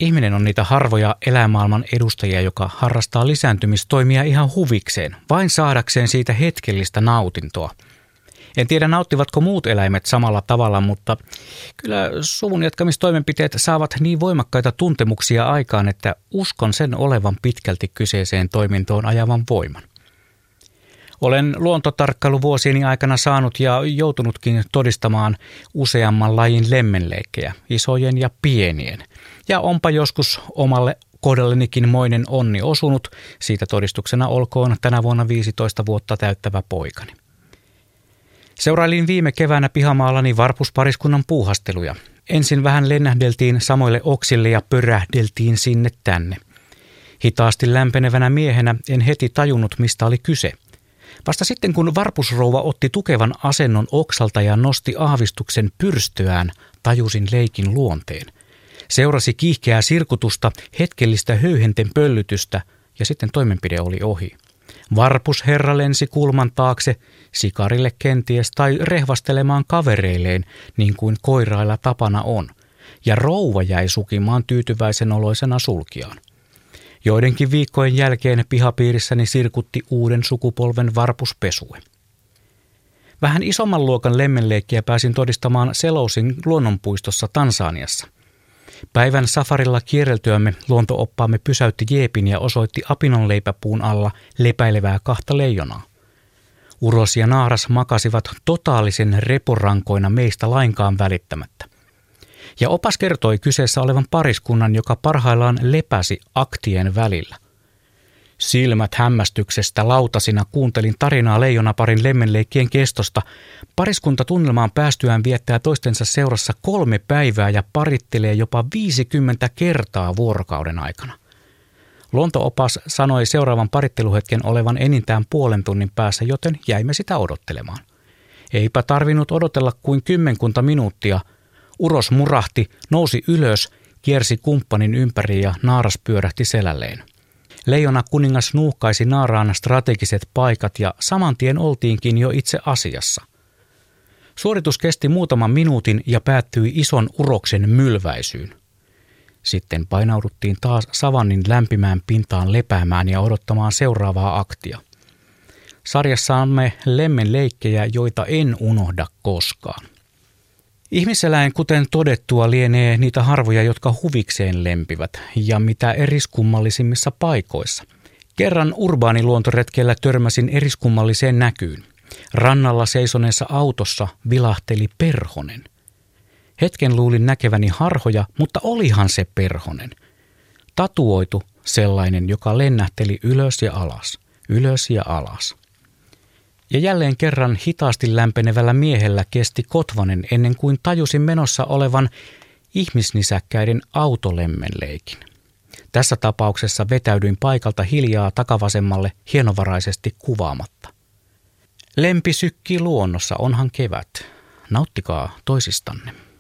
Ihminen on niitä harvoja eläinmaailman edustajia, joka harrastaa lisääntymistoimia ihan huvikseen, vain saadakseen siitä hetkellistä nautintoa. En tiedä, nauttivatko muut eläimet samalla tavalla, mutta kyllä suvun jatkamistoimenpiteet saavat niin voimakkaita tuntemuksia aikaan, että uskon sen olevan pitkälti kyseiseen toimintoon ajavan voiman. Olen luontotarkkailuvuosieni aikana saanut ja joutunutkin todistamaan useamman lajin lemmenleikkejä, isojen ja pienien. Ja onpa joskus omalle kohdallenikin moinen onni osunut, siitä todistuksena olkoon tänä vuonna 15 vuotta täyttävä poikani. Seurailin viime keväänä pihamaallani varpuspariskunnan puuhasteluja. Ensin vähän lennähdeltiin samoille oksille ja pörähdeltiin sinne tänne. Hitaasti lämpenevänä miehenä en heti tajunnut, mistä oli kyse. Vasta sitten, kun varpusrouva otti tukevan asennon oksalta ja nosti aavistuksen pyrstöään, tajusin leikin luonteen. Seurasi kiihkeää sirkutusta, hetkellistä höyhenten pöllytystä ja sitten toimenpide oli ohi. Varpusherra lensi kulman taakse, sikarille kenties tai rehvastelemaan kavereilleen, niin kuin koirailla tapana on, ja rouva jäi sukimaan tyytyväisen oloisena sulkiaan. Joidenkin viikkojen jälkeen pihapiirissäni sirkutti uuden sukupolven varpuspesue. Vähän isomman luokan lemmenleikkiä pääsin todistamaan Selousin luonnonpuistossa Tansaniassa. Päivän safarilla kierreltyämme luontooppaamme pysäytti jeepin ja osoitti apinonleipäpuun alla lepäilevää kahta leijonaa. Uros ja naaras makasivat totaalisen reporankoina meistä lainkaan välittämättä. Ja opas kertoi kyseessä olevan pariskunnan, joka parhaillaan lepäsi aktien välillä. Silmät hämmästyksestä lautasina kuuntelin tarinaa leijonaparin lemmenleikkien kestosta. Pariskunta tunnelmaan päästyään viettää toistensa seurassa 3 päivää ja parittelee jopa 50 kertaa vuorokauden aikana. Luontoopas sanoi seuraavan paritteluhetken olevan enintään puolen tunnin päässä, joten jäimme sitä odottelemaan. Eipä tarvinnut odotella kuin 10 minuuttia. Uros murahti, nousi ylös, kiersi kumppanin ympäri ja naaras pyörähti selälleen. Leijona kuningas nuuhkaisi naaraan strategiset paikat ja saman tien oltiinkin jo itse asiassa. Suoritus kesti muutaman minuutin ja päättyi ison uroksen mylväisyyn. Sitten painauduttiin taas savannin lämpimään pintaan lepäämään ja odottamaan seuraavaa aktia. Sarjassamme lemmenleikkejä, joita en unohda koskaan. Ihmiseläin, kuten todettua, lienee niitä harvoja, jotka huvikseen lempivät, ja mitä eriskummallisimmissa paikoissa. Kerran urbaaniluontoretkellä törmäsin eriskummalliseen näkyyn. Rannalla seisoneessa autossa vilahteli perhonen. Hetken luulin näkeväni harhoja, mutta olihan se perhonen. Tatuoitu sellainen, joka lennähteli ylös ja alas, ylös ja alas. Ja jälleen kerran hitaasti lämpenevällä miehellä kesti kotvanen ennen kuin tajusin menossa olevan ihmisnisäkkäiden autolemmenleikin. Tässä tapauksessa vetäydyin paikalta hiljaa takavasemmalle hienovaraisesti kuvaamatta. Lempi sykkii luonnossa, onhan kevät. Nauttikaa toisistanne.